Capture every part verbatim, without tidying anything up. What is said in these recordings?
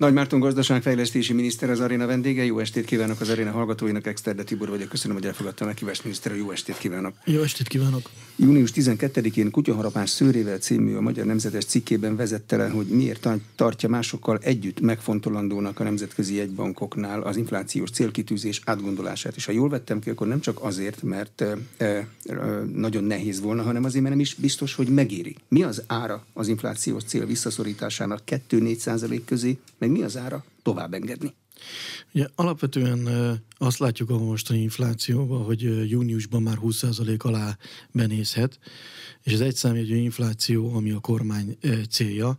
Nagy Márton gazdaságfejlesztési miniszter az Aréna vendége. Jó estét kívánok az Aréna hallgatóinak, Exterde Tibor vagyok. Köszönöm, hogy elfogadta a meghívást, miniszter. Jó estét kívánok. Jó estét kívánok. június tizenkettedikén Kutyaharapás szőrével című a Magyar Nemzetes cikkében vezette le, hogy miért tartja másokkal együtt megfontolandónak a nemzetközi jegybankoknál az inflációs célkitűzés átgondolását. És ha jól vettem ki, akkor nem csak azért, mert e, e, nagyon nehéz volna, hanem azért, mert nem is biztos, hogy megéri. Mi az ára az inflációs cél visszaszorításának kettő-négy százalék közé, meg mi az ára tovább engedni? Ugye, alapvetően azt látjuk a mostani inflációban, hogy júniusban már húsz százalék alá benézhet, és az egyszámjegyű infláció, ami a kormány célja,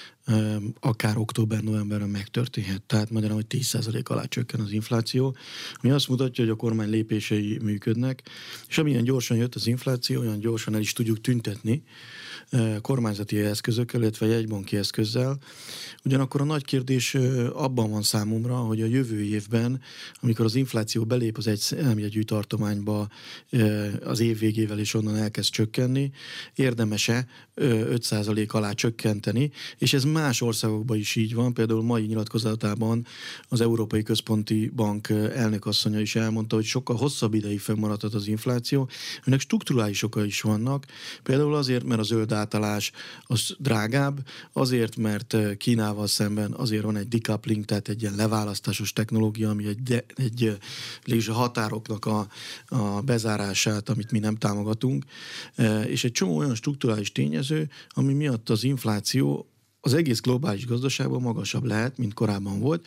akár október-novemberben megtörténhet. Tehát magyarán, hogy tíz százalék alá csökken az infláció, ami azt mutatja, hogy a kormány lépései működnek, és amilyen gyorsan jött az infláció, olyan gyorsan el is tudjuk tüntetni kormányzati eszközökkel, illetve jegybanki eszközzel. Ugyanakkor a nagy kérdés abban van számomra, hogy a jövő évben, amikor az infláció belép az egyszámjegyű tartományba az év végével és onnan elkezd csökkenni, érdemes-e öt százalék alá csökkenteni, és ez más országokban is így van. Például mai nyilatkozatában az Európai Központi Bank elnökasszonya is elmondta, hogy sokkal hosszabb ideig fennmaradhat az infláció. Ennek strukturális okai is vannak. Például azért, mert a zöld átállás az drágább, azért, mert Kínával szemben azért van egy decoupling, tehát egy ilyen leválasztásos technológia, ami egy, de, egy egy határoknak a, a bezárását, amit mi nem támogatunk, és egy csomó olyan strukturális tényező, ami miatt az infláció az egész globális gazdaságban magasabb lehet, mint korábban volt.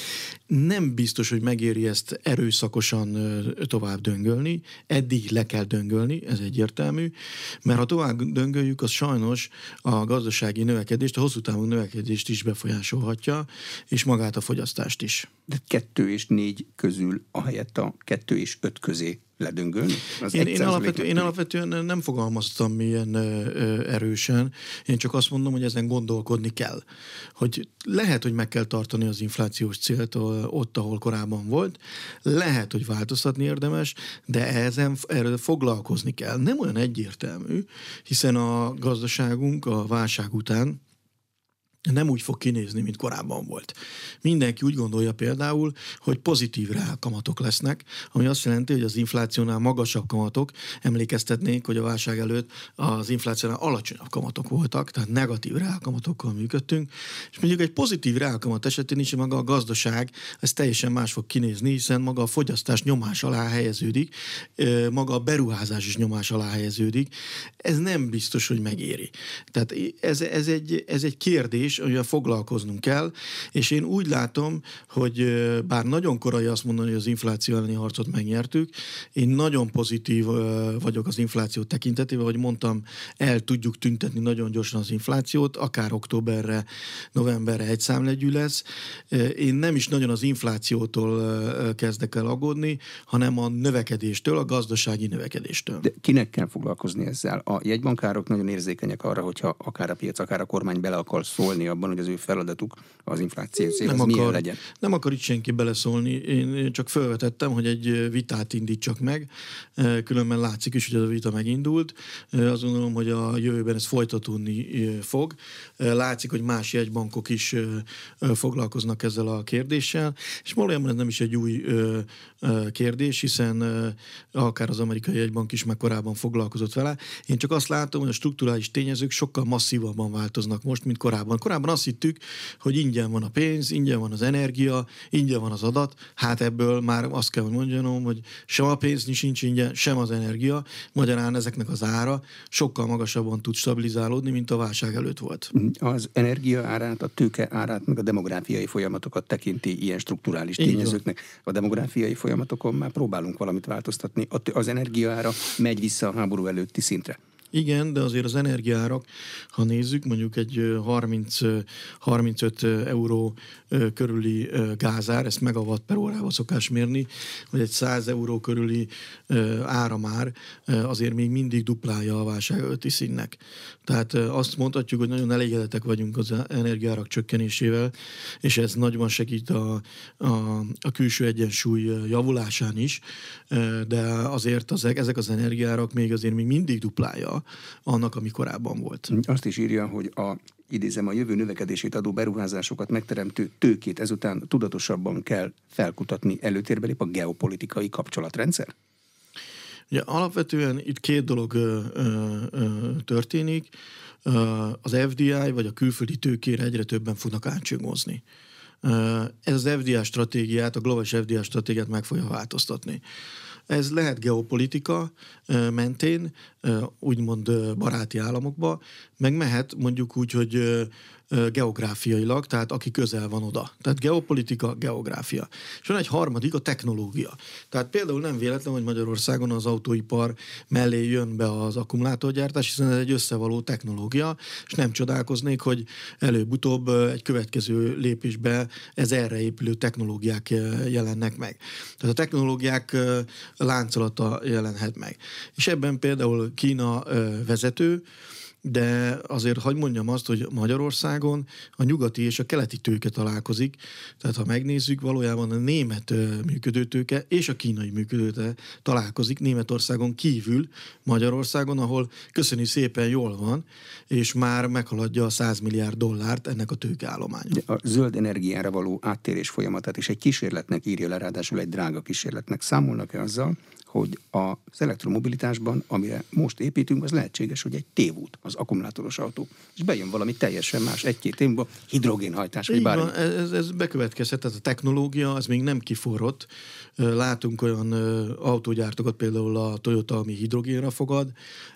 Nem biztos, hogy megéri ezt erőszakosan tovább döngölni, eddig le kell döngölni, ez egyértelmű, mert ha tovább döngöljük, az sajnos a gazdasági növekedést, a hosszú távú növekedést is befolyásolhatja, és magát a fogyasztást is. De kettő és négy közül ahelyett a kettő és öt közé ledöngölni? Én, én, alapvető, én alapvetően nem fogalmaztam ilyen erősen, én csak azt mondom, hogy ezen gondolkodni kell. Hogy lehet, hogy meg kell tartani az inflációs célt ott, ahol korábban volt, lehet, hogy változtatni érdemes, de ezen erről foglalkozni kell. Nem olyan egyértelmű, hiszen a gazdaságunk a válság után nem úgy fog kinézni, mint korábban volt. Mindenki úgy gondolja például, hogy pozitív reálkamatok lesznek, ami azt jelenti, hogy az inflációnál magasabb kamatok, emlékeztetnénk, hogy a válság előtt az inflációnál alacsonyabb kamatok voltak, tehát negatív reálkamatokkal működtünk, és mondjuk egy pozitív reálkamat esetén is maga a gazdaság, ez teljesen más fog kinézni, hiszen maga a fogyasztás nyomás alá helyeződik, maga a beruházás is nyomás alá helyeződik. Ez nem biztos, hogy megéri. Tehát ez, ez, egy, ez egy kérdés, amivel foglalkoznunk kell, és én úgy látom, hogy bár nagyon korai azt mondani, hogy az infláció elleni harcot megnyertük, én nagyon pozitív vagyok az infláció tekintetében, hogy mondtam, el tudjuk tüntetni nagyon gyorsan az inflációt, akár októberre, novemberre egy számjegyű lesz. Én nem is nagyon az inflációtól kezdek el aggódni, hanem a növekedéstől, a gazdasági növekedéstől. De kinek kell foglalkozni ezzel? A jegybankárok nagyon érzékenyek arra, hogyha akár a piac, akár a kormány bele akar szólni abban, hogy az ő feladatuk az infláció cél, az milyen legyen. Nem akar itt senki beleszólni. Én csak felvetettem, hogy egy vitát indítsak meg. Különben látszik is, hogy ez a vita megindult. Azt gondolom, hogy a jövőben ez folytatódni fog. Látszik, hogy más jegybankok is foglalkoznak ezzel a kérdéssel, és valójában ez nem is egy új kérdés, hiszen akár az amerikai jegybank is már korábban foglalkozott vele. Én csak azt látom, hogy a strukturális tényezők sokkal masszívabban változnak most, mint korábban. Korábban azt hittük, hogy ingyen van a pénz, ingyen van az energia, ingyen van az adat. Hát ebből már azt kell, hogy mondjam, hogy sem a pénz sincs ingyen, sem az energia. Magyarán ezeknek az ára sokkal magasabban tud stabilizálódni, mint a válság előtt volt. Az energia árát, a tőke árát, meg a demográfiai folyamatokat tekinti ilyen strukturális tényezőknek. A demográfiai folyamatokon már próbálunk valamit változtatni. Az energia ára megy vissza a háború előtti szintre. Igen, de azért az energiaárak, ha nézzük, mondjuk egy harminc-harmincöt euró körüli gázár, ezt megawatt per órával szokás mérni, vagy egy száz euró körüli áramár azért még mindig duplája a válság előtti színnek. Tehát azt mondhatjuk, hogy nagyon elégedettek vagyunk az energiaárak csökkenésével, és ez nagyban segít a, a, a külső egyensúly javulásán is, de azért az, ezek az energiaárak még azért még mindig duplája annak, ami korábban volt. Azt is írja, hogy a idézem, a jövő növekedését adó beruházásokat megteremtő tőkét ezután tudatosabban kell felkutatni, előtérbe lép a geopolitikai kapcsolatrendszer? Ja, alapvetően itt két dolog ö, ö, ö, történik. Az ef dé i vagy a külföldi tőkére egyre többen fognak átcsöngozni. Ez az ef dé i stratégiát, a globális ef dé i stratégiát meg fogja változtatni. Ez lehet geopolitika mentén, úgymond baráti államokba, meg mehet mondjuk úgy, hogy geográfiailag, tehát aki közel van oda. Tehát geopolitika, geográfia. És van egy harmadik, a technológia. Tehát például nem véletlen, hogy Magyarországon az autóipar mellé jön be az akkumulátorgyártás, hiszen ez egy összevaló technológia, és nem csodálkoznék, hogy előbb-utóbb egy következő lépésbe ez erre épülő technológiák jelennek meg. Tehát a technológiák láncolata jelenhet meg. És ebben például Kína vezető, de azért hadd mondjam azt, hogy Magyarországon a nyugati és a keleti tőke találkozik, tehát ha megnézzük, valójában a német működőtőke és a kínai működőtőke találkozik Németországon kívül Magyarországon, ahol köszöni szépen jól van, és már meghaladja a száz milliárd dollárt ennek a tőkeállománya. A zöld energiára való áttérés folyamatát is egy kísérletnek írja le, ráadásul egy drága kísérletnek. Számolnak-e azzal, hogy az elektromobilitásban, amire most építünk, az lehetséges, hogy egy tévút, az akkumulátoros autó, és bejön valami teljesen más, egy-két évben hidrogénhajtás, vagy bármi. Van, ez, ez bekövetkezhet, tehát a technológia az még nem kiforrott. Látunk olyan autógyártókat, például a Toyota, ami hidrogénra fogad,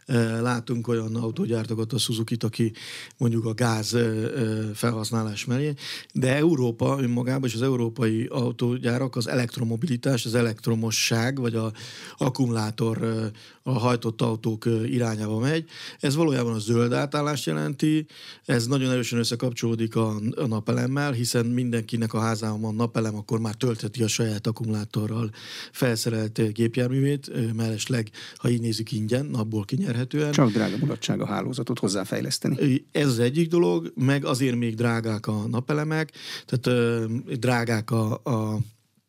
látunk olyan autógyártókat, a Suzukit, aki mondjuk a gáz felhasználás mellé, de Európa önmagában és az európai autógyárak az elektromobilitás, az elektromosság, vagy a akkumulátor a hajtott autók irányába megy. Ez valójában a zöld átállást jelenti, ez nagyon erősen összekapcsolódik a, a napelemmel, hiszen mindenkinek a házában van napelem, akkor már töltheti a saját akkumulátorral felszerelt gépjárművét, mellesleg, ha így nézzük, ingyen, napból kinyerhetően. Csak drága mulatság a hálózatot hozzáfejleszteni. Ez az egyik dolog, meg azért még drágák a napelemek, tehát ö, drágák a, a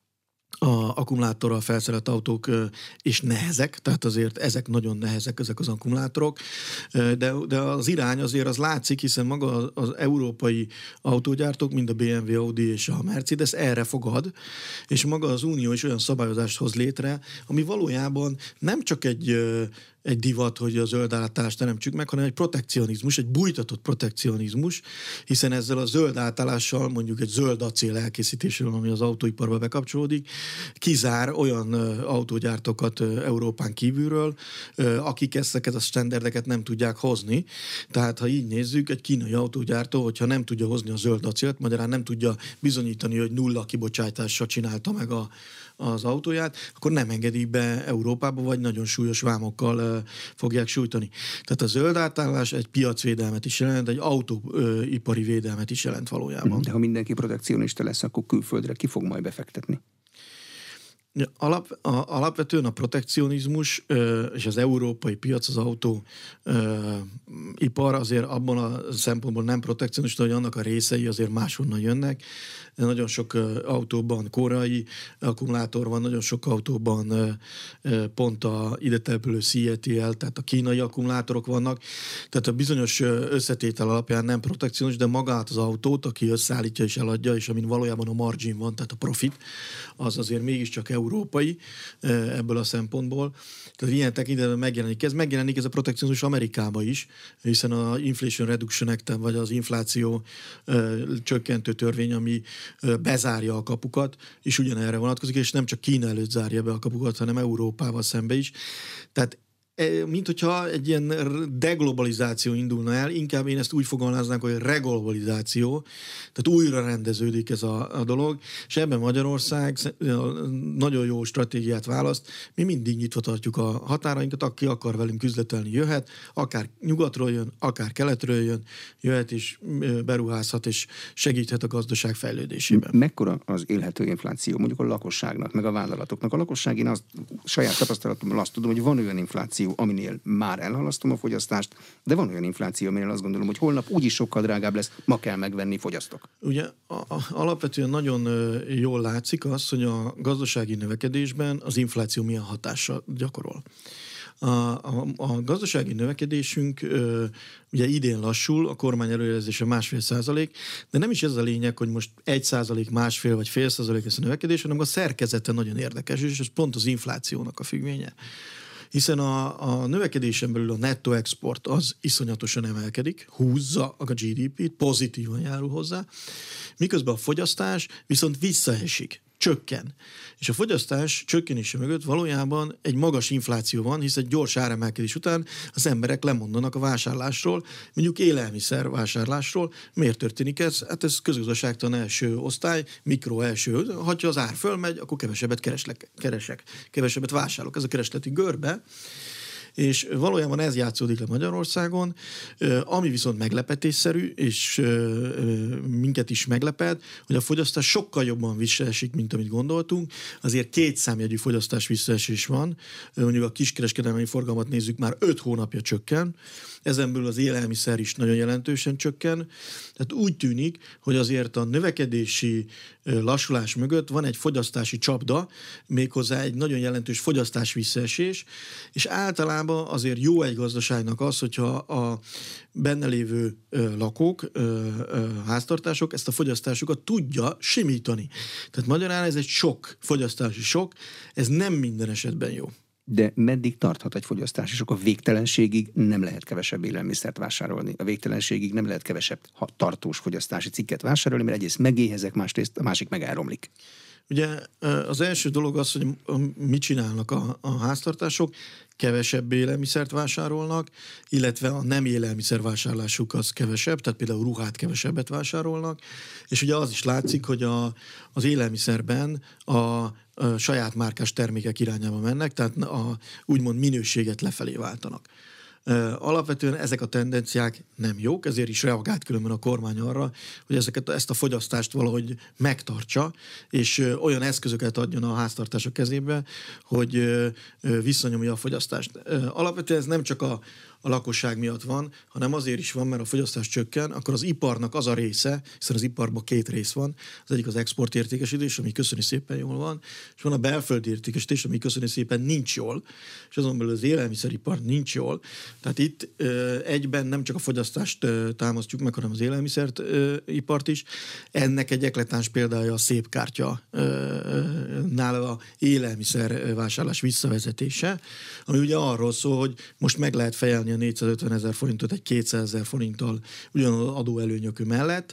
a akkumulátorral felszerelt autók és nehezek, tehát azért ezek nagyon nehezek, ezek az akkumulátorok, de, de az irány azért az látszik, hiszen maga az európai autógyártók, mind a bé em vé, Audi és a Mercedes erre fogad, és maga az Unió is olyan szabályozást hoz létre, ami valójában nem csak egy egy divat, hogy a zöld átállást teremtsük meg, hanem egy protekcionizmus, egy bújtatott protekcionizmus, hiszen ezzel a zöld átállással, mondjuk egy zöld acél elkészítéséről, ami az autóiparba bekapcsolódik, kizár olyan autógyártókat Európán kívülről, akik ezeket a standardeket nem tudják hozni. Tehát, ha így nézzük, egy kínai autógyártó, hogyha nem tudja hozni a zöld acélt, magyarán nem tudja bizonyítani, hogy nulla kibocsátással csinálta meg a az autóját, akkor nem engedik be Európába, vagy nagyon súlyos vámokkal uh, fogják sújtani. Tehát a zöld átállás egy piacvédelmet is jelent, egy autóipari védelmet is jelent valójában. De ha mindenki protekcionista lesz, akkor külföldre ki fog majd befektetni? Alap, a, alapvetően a protekcionizmus ö, és az európai piac, az autó ö, ipar azért abban a szempontból nem protekcionista, hogy annak a részei azért máshonnan jönnek. Nagyon sok ö, autóban koreai akkumulátor van, nagyon sok autóban ö, ö, pont a ide települő cé á té el, tehát a kínai akkumulátorok vannak. Tehát a bizonyos összetétel alapján nem protekcionista, de magát az autót, aki összeállítja és eladja, és amin valójában a margin van, tehát a profit, az azért mégiscsak európai ebből a szempontból. Tehát ilyen tekintetben megjelenik. Ez megjelenik ez a protekcionizmus Amerikában is, hiszen a Inflation Reduction Act, vagy az infláció ö, csökkentő törvény, ami ö, bezárja a kapukat, és ugyanerre vonatkozik, és nem csak Kína előtt zárja be a kapukat, hanem Európával szembe is. Tehát mint hogyha egy ilyen deglobalizáció indulna el, inkább én ezt úgy fogalmaznánk, hogy reglobalizáció, tehát újra rendeződik ez a, a dolog, és ebben Magyarország nagyon jó stratégiát választ, mi mindig nyitva tartjuk a határainkat, aki akar velünk üzletelni, jöhet, akár nyugatról jön, akár keletről jön, jöhet és beruházhat, és segíthet a gazdaság fejlődésében. Mekkora az élhető infláció mondjuk a lakosságnak, meg a vállalatoknak? A lakosság, én azt, saját tapasztalatomból azt tudom, hogy van olyan infláció, aminél már elhalasztom a fogyasztást, de van olyan infláció, aminél azt gondolom, hogy holnap úgyis sokkal drágább lesz, ma kell megvenni, fogyasztok. Ugye a, a, alapvetően nagyon jól látszik az, hogy a gazdasági növekedésben az infláció milyen hatással gyakorol. A, a, a gazdasági növekedésünk ö, ugye idén lassul, a kormány előrejelzése másfél százalék, de nem is ez a lényeg, hogy most egy százalék, másfél vagy fél százalék ez a növekedés, hanem a szerkezete nagyon érdekes, és ez pont az inflációnak a függvénye. Hiszen a, a növekedésen belül a nettó export az iszonyatosan emelkedik, húzza a gé dé pét, pozitívan járul hozzá, miközben a fogyasztás viszont visszaesik, csökken. És a fogyasztás csökkenése mögött valójában egy magas infláció van, hiszen gyors áremelkedés után az emberek lemondanak a vásárlásról, mondjuk élelmiszer vásárlásról. Miért történik ez? Hát ez közgazdaságtan első osztály, mikro első. Ha az ár fölmegy, akkor kevesebbet kereslek, keresek, kevesebbet vásárolok. Ez a keresleti görbe. És valójában ez játszódik le Magyarországon, ami viszont meglepetésszerű, és minket is meglepet, hogy a fogyasztás sokkal jobban visszaesik, mint amit gondoltunk. Azért két számjegyű fogyasztás visszaesés van. Mondjuk a kiskereskedelmi forgalmat nézzük, már öt hónapja csökken. Ezen belül az élelmiszer is nagyon jelentősen csökken. Tehát úgy tűnik, hogy azért a növekedési lassulás mögött van egy fogyasztási csapda, méghozzá egy nagyon jelentős fogyasztás visszaesés, és általában azért jó egy gazdaságnak az, hogyha a benne lévő ö, lakók, ö, ö, háztartások ezt a fogyasztásukat tudja simítani. Tehát magyarán ez egy sok, fogyasztási sok, ez nem minden esetben jó. De meddig tarthat egy fogyasztás, és akkor a végtelenségig nem lehet kevesebb élelmiszert vásárolni. A végtelenségig nem lehet kevesebb tartós fogyasztási cikket vásárolni, mert egyrészt megéhezek, másrészt a másik meg elromlik. Ugye az első dolog az, hogy mit csinálnak a, a háztartások, kevesebb élelmiszert vásárolnak, illetve a nem élelmiszer vásárlásuk az kevesebb, tehát például ruhát kevesebbet vásárolnak, és ugye az is látszik, hogy a, az élelmiszerben a, a saját márkás termékek irányába mennek, tehát a úgymond minőséget lefelé váltanak. Alapvetően ezek a tendenciák nem jók, ezért is reagált különben a kormány arra, hogy ezeket, ezt a fogyasztást valahogy megtartsa, és olyan eszközöket adjon a háztartások kezébe, hogy visszanyomja a fogyasztást. Alapvetően ez nem csak a a lakosság miatt van, hanem azért is van, mert a fogyasztás csökken, akkor az iparnak az a része, hiszen az iparban két rész van, az egyik az exportértékesítés, ami köszöni szépen jól van, és van a belföldi értékesítés, ami köszöni szépen nincs jól, és azon belül az élelmiszeripar nincs jól. Tehát itt ö, egyben nem csak a fogyasztást ö, támasztjuk meg, hanem az élelmiszeripart is. Ennek egy eklatáns példája a szépkártya ö, ö, nála a élelmiszer vásárlás visszavezetése, ami ugye arról szól, hogy most meg lehet fejelni a négyszázötven ezer forintot egy kétszázezer forinttal ugyanaz adóelőnyök mellett,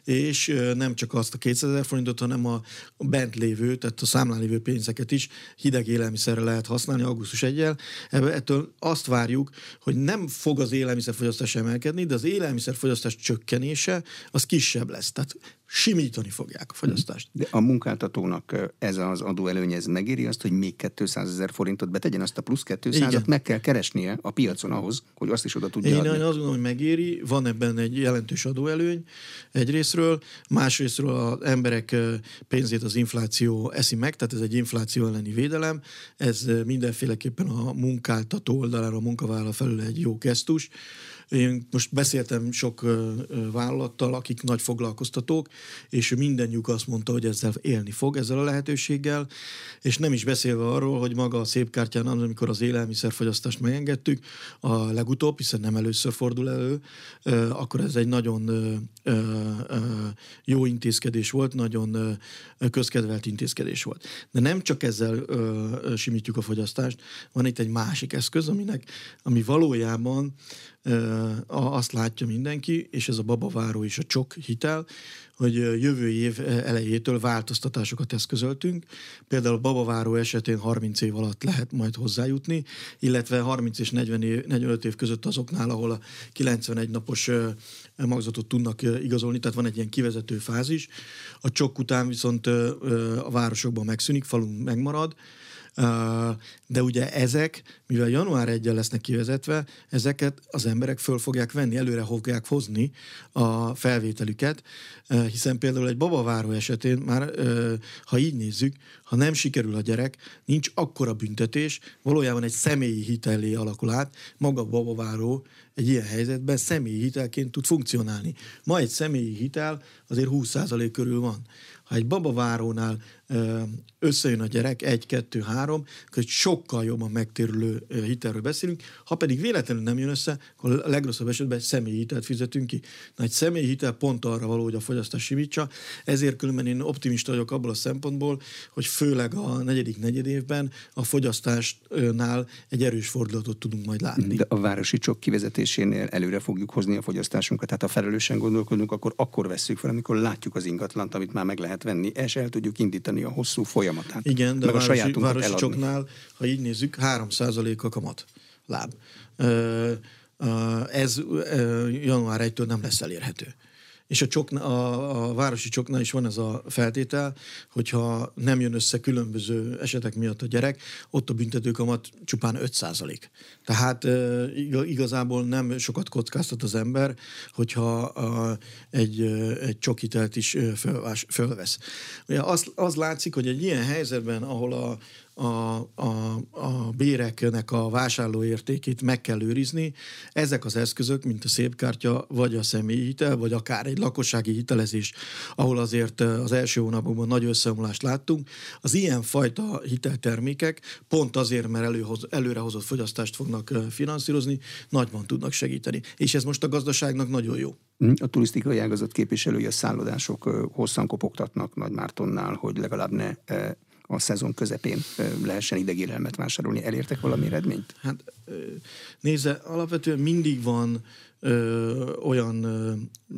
és nem csak azt a kétszázezer forintot, hanem a bent lévő, tehát a számlán lévő pénzeket is hideg élelmiszerre lehet használni augusztus elseje. Ettől azt várjuk, hogy nem fog az élelmiszerfogyasztás emelkedni, de az élelmiszerfogyasztás csökkenése az kisebb lesz. Tehát simítani fogják a fogyasztást. De a munkáltatónak ez az adóelőny, ez megéri azt, hogy még kétszázezer forintot betegyen, azt a plusz kétszázat meg kell keresnie a piacon ahhoz, hogy azt is oda tudja Én adni. Én azt gondolom, hogy megéri, van ebben egy jelentős adóelőny egyrészről, másrészről az emberek pénzét az infláció eszi meg, tehát ez egy infláció elleni védelem, ez mindenféleképpen a munkáltató oldalára, a munkavállaló felül egy jó gesztus. Én most beszéltem sok vállalattal, akik nagy foglalkoztatók, és mindennyiük azt mondta, hogy ezzel élni fog, ezzel a lehetőséggel, és nem is beszélve arról, hogy maga a szépkártyán, amikor az élelmiszerfogyasztást megengedtük, a legutóbb, hiszen nem először fordul elő, akkor ez egy nagyon jó intézkedés volt, nagyon közkedvelt intézkedés volt. De nem csak ezzel simítjuk a fogyasztást, van itt egy másik eszköz, aminek, ami valójában azt látja mindenki, és ez a babaváró és a csok hitel, hogy jövő év elejétől változtatásokat eszközöltünk. Például a babaváró esetén harminc év alatt lehet majd hozzájutni, illetve harminc és negyven év, negyvenöt év között azoknál, ahol a kilencvenegy napos magzatot tudnak igazolni, tehát van egy ilyen kivezető fázis. A csok után viszont a városokban megszűnik, falun megmarad, de ugye ezek, mivel január elsején lesznek kivezetve, ezeket az emberek föl fogják venni, előre fogják hozni a felvételüket, hiszen például egy babaváró esetén már, ha így nézzük, ha nem sikerül a gyerek, nincs akkora büntetés, valójában egy személyi hitellé alakul át, maga a babaváró egy ilyen helyzetben személyi hitelként tud funkcionálni. Ma egy személyi hitel azért húsz százalék körül van. Ha egy babavárónál összejön a gyerek, egy, kettő, három, akkor egy sokkal jobban megtérülő hitelről beszélünk. Ha pedig véletlenül nem jön össze, akkor a legrosszabb esetben egy személyi hitelt fizetünk ki. Na, egy személyi hitel pont arra való, hogy a fogyasztás simítsa, ezért különben én optimista vagyok abból a szempontból, hogy főleg a negyedik negyedévben a fogyasztásnál egy erős fordulatot tudunk majd látni. De a városi csok kivezetésénél előre fogjuk hozni a fogyasztásunkat. Tehát ha felelősen gondolkodunk, akkor akkor vesszük fel, amikor látjuk az ingatlant, amit már meg lehet venni, és el tudjuk indítani a hosszú folyamatát. Igen, de a városi, városi csoknál, ha így nézzük, három százalék a kamat láb. Ez január elsejétől nem lesz elérhető. És a, csokna, a, a városi csoknál is van ez a feltétel, hogyha nem jön össze különböző esetek miatt a gyerek, ott a büntetőkamat csupán öt százalék. Tehát e, igazából nem sokat kockáztat az ember, hogyha a, egy, egy csokhitelt is fölvás, fölvesz. Ugye az, az látszik, hogy egy ilyen helyzetben, ahol a A, a, a béreknek a vásárlóértékét meg kell őrizni. Ezek az eszközök, mint a szépkártya, vagy a személyi hitel, vagy akár egy lakossági hitelezés, ahol azért az első hónapokban nagy összeomlást láttunk, az ilyen fajta hiteltermékek pont azért, mert előhoz, előrehozott fogyasztást fognak finanszírozni, nagyban tudnak segíteni. És ez most a gazdaságnak nagyon jó. A turisztikai ágazat képviselői, a szállodások hosszan kopogtatnak Nagymártonnál, hogy legalább ne a szezon közepén lehessen idegélelmet vásárolni. Elértek valami eredményt? Hát nézze, alapvetően mindig van ö, olyan ö,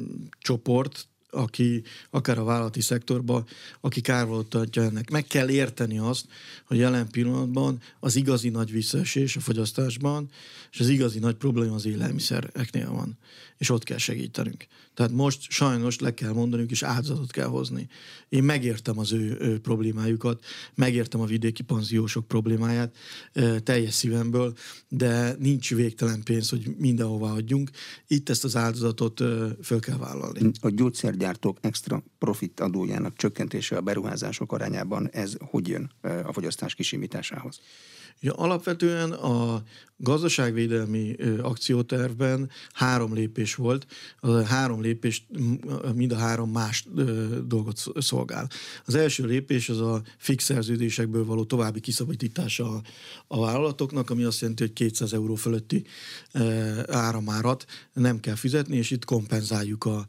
csoport, aki akár a vállalati szektorban, aki kárvalódtatja ennek. Meg kell érteni azt, hogy jelen pillanatban az igazi nagy visszaesés a fogyasztásban, és az igazi nagy probléma az élelmiszereknél van. És ott kell segítenünk. Tehát most sajnos le kell mondanunk, és áldozatot kell hozni. Én megértem az ő, ő problémájukat, megértem a vidéki panziósok problémáját e, teljes szívemből, de nincs végtelen pénz, hogy mindenhová adjunk. Itt ezt az áldozatot e, föl kell vállalni. A gyógyszergyártók extra profit adójának csökkentése a beruházások arányában, ez hogy jön a fogyasztás kisimításához? Ja, alapvetően a gazdaságvédelmi akciótervben három lépés volt. A három lépés mind a három más dolgot szolgál. Az első lépés az a fix szerződésekből való további kiszabadítása a vállalatoknak, ami azt jelenti, hogy kétszáz euró fölötti áramárat nem kell fizetni, és itt kompenzáljuk a,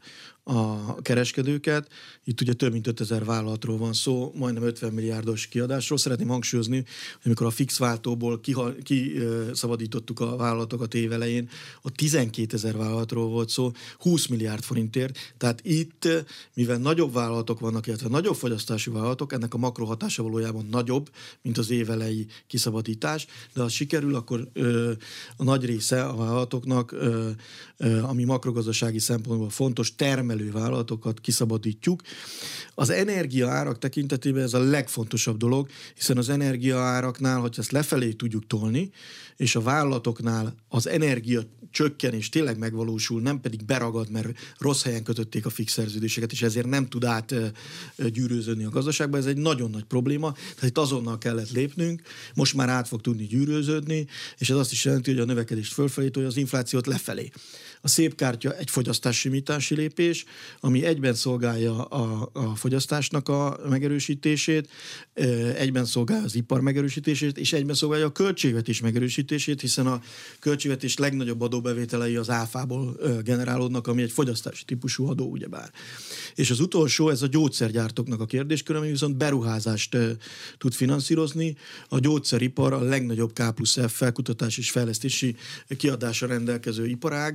a kereskedőket. Itt ugye több mint ötezer vállalatról van szó, majdnem ötven milliárdos kiadásról. Szeretném hangsúlyozni, hogy amikor a fix váltóból kiszabadítottuk a vállalatokat évelején, ott tizenkétezer vállalatról volt szó, húsz milliárd forintért. Tehát itt, mivel nagyobb vállalatok vannak, illetve nagyobb fogyasztási vállalatok, ennek a makrohatása valójában nagyobb, mint az évelei kiszabadítás, de ha sikerül, akkor ö, a nagy része a vállalatoknak, ö, ö, ami makrogazdasági szempontból fontos, termelő vállalatokat kiszabadítjuk. Az energiaárak tekintetében ez a legfontosabb dolog, hiszen az energiaáraknál, hogy ezt lefelé tudjuk tolni, és a vállalatoknál az energia csökkenés tényleg megvalósul, nem pedig beragad, mert rossz helyen kötötték a fix szerződéseket, és ezért nem tud át gyűrőződni a gazdaságba. Ez egy nagyon nagy probléma, tehát itt azonnal kellett lépnünk, most már át fog tudni gyűrőződni, és ez azt is jelenti, hogy a növekedést fölfelé tolja, az inflációt lefelé. A szépkártya egy fogyasztássimítási lépés, ami egyben szolgálja a, a fogyasztásnak a megerősítését, egyben szolgálja az ipar megerősítését, és egyben szolgálja a költségvetés megerősítését, hiszen a költségvetés legnagyobb adóbevételei az áfából generálódnak, ami egy fogyasztási típusú adó, ugyebár. És az utolsó, ez a gyógyszergyártóknak a kérdéskör, ami viszont beruházást tud finanszírozni. A gyógyszeripar a legnagyobb K plusz F felkutatás és fejlesztési kiadásra rendelkező iparág.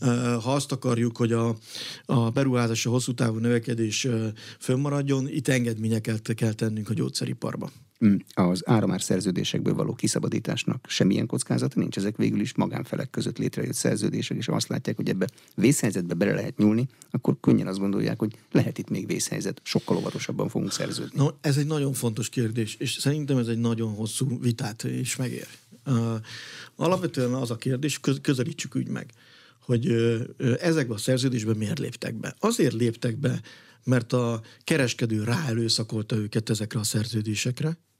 Ha azt akarjuk, hogy a, a beruházás, a hosszú távú növekedés fönnmaradjon, itt engedményeket kell tennünk a gyógyszeriparba. Az áramár szerződésekből való kiszabadításnak semmilyen kockázata nincs, ezek végül is magánfelek között létrejött szerződések, és azt látják, hogy ebbe vészhelyzetbe bele lehet nyúlni, akkor könnyen azt gondolják, hogy lehet itt még vészhelyzet, sokkal óvatosabban fogunk szerződni. No, ez egy nagyon fontos kérdés, és szerintem ez egy nagyon hosszú vitát is megér. Uh, alapvetően az a kérdés, közelítsük úgy meg, hogy uh, ezekben a szerződésben miért léptek be. Azért léptek be, mert a kereskedő ráerőszakolta őket ezekre a szerződésekre.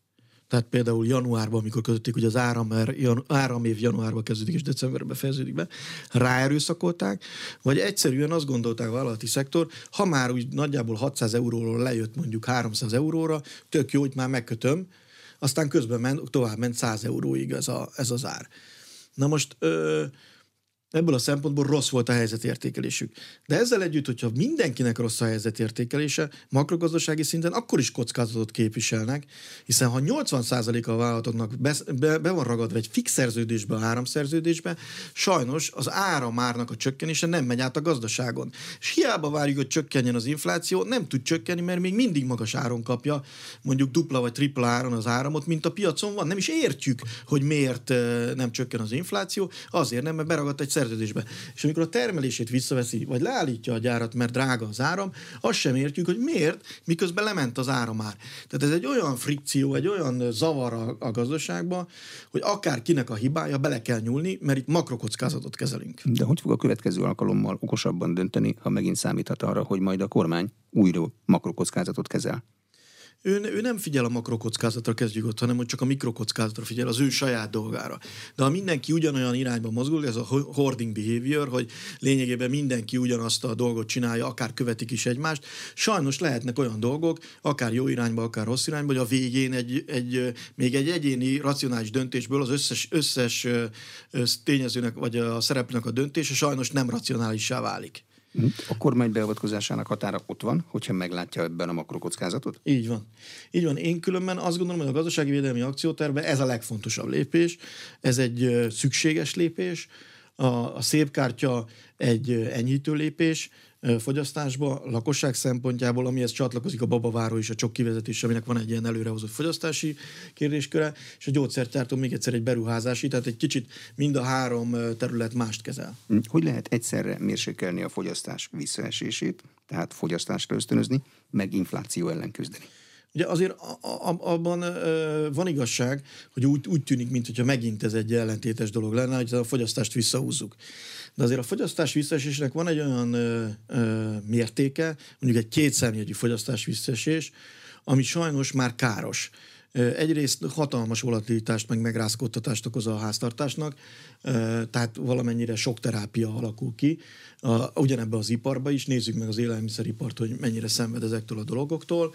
Tehát például januárban, amikor kötötték, hogy az áram, áramév januárban kezdődik és decemberben fejeződik be, ráerőszakolták, vagy egyszerűen azt gondolták a vállalati szektor, ha már úgy nagyjából hatszáz euróról lejött mondjuk háromszáz euróra, tök jó, hogy már megkötöm, aztán közben ment, tovább ment száz euróig ez, a, ez az ár. Na most ö, ebből a szempontból rossz volt a helyzetértékelésük. De ezzel együtt, hogyha mindenkinek rossz a helyzetértékelése, makrogazdasági szinten akkor is kockázatot képviselnek, hiszen ha nyolcvan százaléka a vállalatoknak be, be, be van ragadva egy fix szerződésbe, a áramszerződésbe, sajnos az áramárnak a csökkenése nem megy át a gazdaságon. És hiába várjuk, hogy csökkenjen az infláció, nem tud csökkenni, mert még mindig magas áron kapja, mondjuk dupla vagy tripla áron az áramot, mint a piacon van. Nem is értjük, hogy miért nem csökken az infláció, azért nem, mert beragadt egy szerződésbe. És amikor a termelését visszaveszi, vagy leállítja a gyárat, mert drága az áram, azt sem értjük, hogy miért, miközben lement az áramár. Tehát ez egy olyan frikció, egy olyan zavar a, a gazdaságban, hogy akár kinek a hibája, bele kell nyúlni, mert itt makrokockázatot kezelünk. De hogy fog a következő alkalommal okosabban dönteni, ha megint számíthat arra, hogy majd a kormány újra makrokockázatot kezel? Ő, ő nem figyel a makrokockázatra, kezdjük ott, hanem hogy csak a mikrokockázatra figyel, az ő saját dolgára. De ha mindenki ugyanolyan irányba mozgul, ez a hoarding behavior, hogy lényegében mindenki ugyanazt a dolgot csinálja, akár követik is egymást, sajnos lehetnek olyan dolgok, akár jó irányba, akár rossz irányba, hogy a végén egy, egy, még egy egyéni racionális döntésből az összes, összes tényezőnek, vagy a szereplőnek a döntése sajnos nem racionálissá válik. A kormány beavatkozásának határa ott van, hogyha meglátja ebben a makrokockázatot? Így van. Így van. Én különben azt gondolom, hogy a gazdasági védelmi akciótervben ez a legfontosabb lépés. Ez egy szükséges lépés. A, a szép kártya egy enyhítő lépés fogyasztásba, lakosság szempontjából, amihez csatlakozik a babaváró és a csok kivezetés, aminek van egy ilyen előrehozott fogyasztási kérdésköre, és a gyógyszergyártó még egyszer egy beruházási, tehát egy kicsit mind a három terület mást kezel. Hogy lehet egyszerre mérsékelni a fogyasztás visszaesését, tehát fogyasztásra ösztönözni, meg infláció ellen küzdeni? Ugye azért abban van igazság, hogy úgy, úgy tűnik, mintha megint ez egy ellentétes dolog lenne, hogy a fogyasztást visszahúzzuk. De azért a fogyasztás visszaesésnek van egy olyan ö, ö, mértéke, mondjuk egy kétszámjegyű fogyasztás visszaesés, ami sajnos már káros. Egyrészt hatalmas volatilitást, meg megrázkódtatást okoz a háztartásnak, tehát valamennyire sok terápia alakul ki. Ugyanebben az iparban is, nézzük meg az élelmiszeripart, hogy mennyire szenved ezektől a dolgoktól.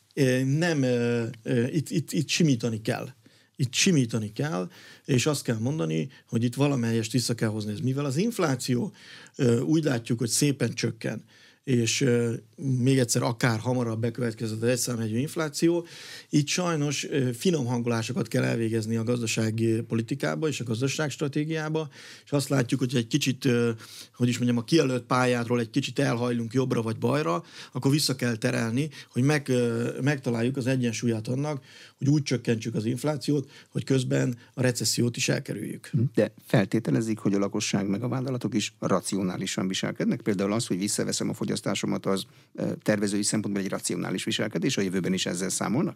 Nem, itt, itt, itt simítani kell. Itt simítani kell, és azt kell mondani, hogy itt valamelyest vissza kell hozni. Mivel az infláció úgy látjuk, hogy szépen csökken, és még egyszer akár hamarabb bekövetkezett az egyszámjegyű infláció, itt sajnos finom hangolásokat kell elvégezni a gazdasági politikába és a gazdaságstratégiába, és azt látjuk, hogy egy kicsit, hogy is mondjam, a kijelölt pályádról egy kicsit elhajlunk jobbra vagy balra, akkor vissza kell terelni, hogy meg, megtaláljuk az egyensúlyát annak, hogy úgy csökkentsük az inflációt, hogy közben a recessziót is elkerüljük. De feltételezik, hogy a lakosság meg a vállalatok is racionálisan viselkednek? Például az, hogy visszaveszem a fogyasztásomat, az tervezői szempontból egy racionális viselkedés, a jövőben is ezzel számolnak?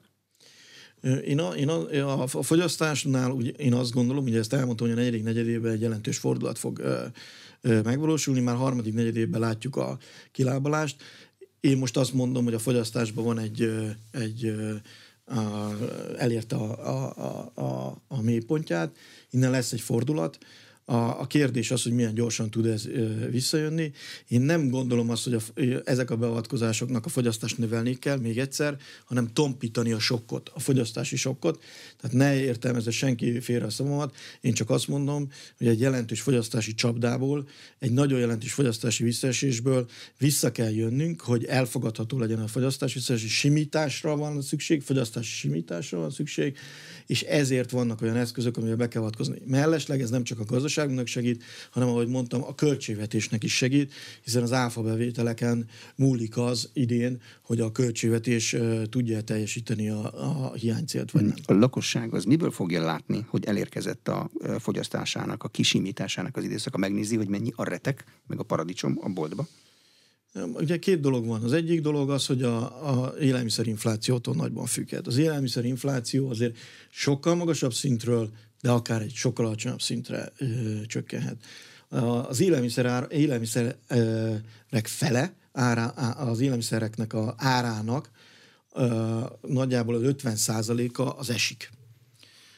Én a, én a, a fogyasztásnál úgy, én azt gondolom, hogy ezt elmondtam, hogy a negyedik negyedében egy jelentős fordulat fog ö, ö, megvalósulni, már harmadik negyedében látjuk a kilábalást. Én most azt mondom, hogy a fogyasztásban van egy, egy a, elérte a, a, a, a, a mélypontját, innen lesz egy fordulat. A, a kérdés az, hogy milyen gyorsan tud ez ö, visszajönni. Én nem gondolom azt, hogy a, ezek a beavatkozásoknak a fogyasztást növelni kell, még egyszer, hanem tompítani a sokkot, a fogyasztási sokkot. Tehát ne értelmezze senki félre a szavamat. Én csak azt mondom, hogy egy jelentős fogyasztási csapdából, egy nagyon jelentős fogyasztási visszaesésből vissza kell jönnünk, hogy elfogadható legyen a fogyasztás visszaesés. Simításra van szükség, fogyasztási simításra van szükség, és ezért vannak olyan eszközök, amivel be kell avatkozni. Mellesleg ez nem csak a gazdaságnak segít, hanem ahogy mondtam, a költségvetésnek is segít, hiszen az áfa bevételeken múlik az idén, hogy a költségvetés uh, tudja teljesíteni a, a hiánycélt, vagy nem. A lakosság az miből fogja látni, hogy elérkezett a fogyasztásának, a kisimításának az időszaka? Megnézi, hogy mennyi a retek, meg a paradicsom a boltba? Ugye két dolog van. Az egyik dolog az, hogy a, a élelmiszerinflációtól nagyban függhet. Az élelmiszerinfláció azért sokkal magasabb szintről, de akár egy sokkal alacsonyabb szintre ö, csökkenhet. Az élelmiszer élelmiszerek fele, ára, az élelmiszereknek a árának ö, nagyjából az ötven százaléka az esik.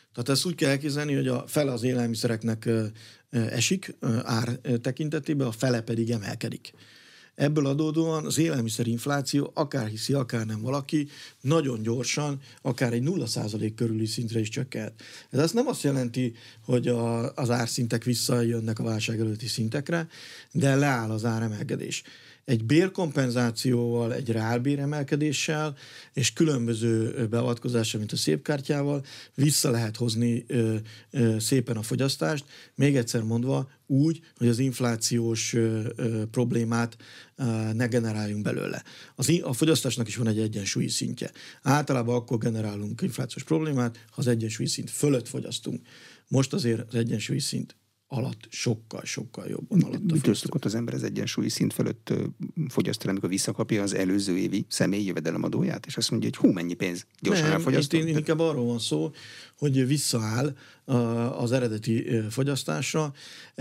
Tehát ezt úgy kell elképzelni, hogy a fele az élelmiszereknek esik ár tekintetében, a fele pedig emelkedik. Ebből adódóan az élelmiszerinfláció, akár hiszi, akár nem valaki, nagyon gyorsan, akár egy nulla százalék körüli szintre is csökkent. Ez azt nem azt jelenti, hogy a, az árszintek visszajönnek a válság előtti szintekre, de leáll az áremelkedés. Egy bérkompenzációval, egy reálbéremelkedéssel és különböző beavatkozással, mint a szépkártyával vissza lehet hozni ö, ö, szépen a fogyasztást, még egyszer mondva úgy, hogy az inflációs ö, ö, problémát ö, ne generáljunk belőle. Az, a fogyasztásnak is van egy egyensúlyi szintje. Általában akkor generálunk inflációs problémát, ha az egyensúlyi szint fölött fogyasztunk. Most azért az egyensúlyi szint alatt sokkal-sokkal jobban alatt. Mitől szokott az ember az egyensúlyi szint fölött fogyaszt el, amikor visszakapja az előző évi személyi jövedelemadóját, és azt mondja, hogy hú, mennyi pénz, gyorsan elfogyasztom? Nem, inkább arról van szó, hogy visszaáll az eredeti fogyasztásra.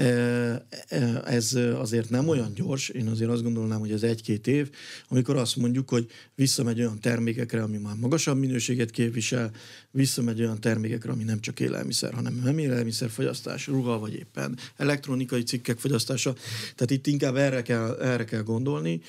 Ez azért nem olyan gyors, én azért azt gondolnám, hogy ez egy-két év, amikor azt mondjuk, hogy visszamegy olyan termékekre, ami már magasabb minőséget képvisel, visszamegy olyan termékekre, ami nem csak élelmiszer, hanem nem élelmiszerfogyasztás, ruha vagy éppen elektronikai cikkek fogyasztása. Tehát itt inkább erre kell, erre kell gondolni.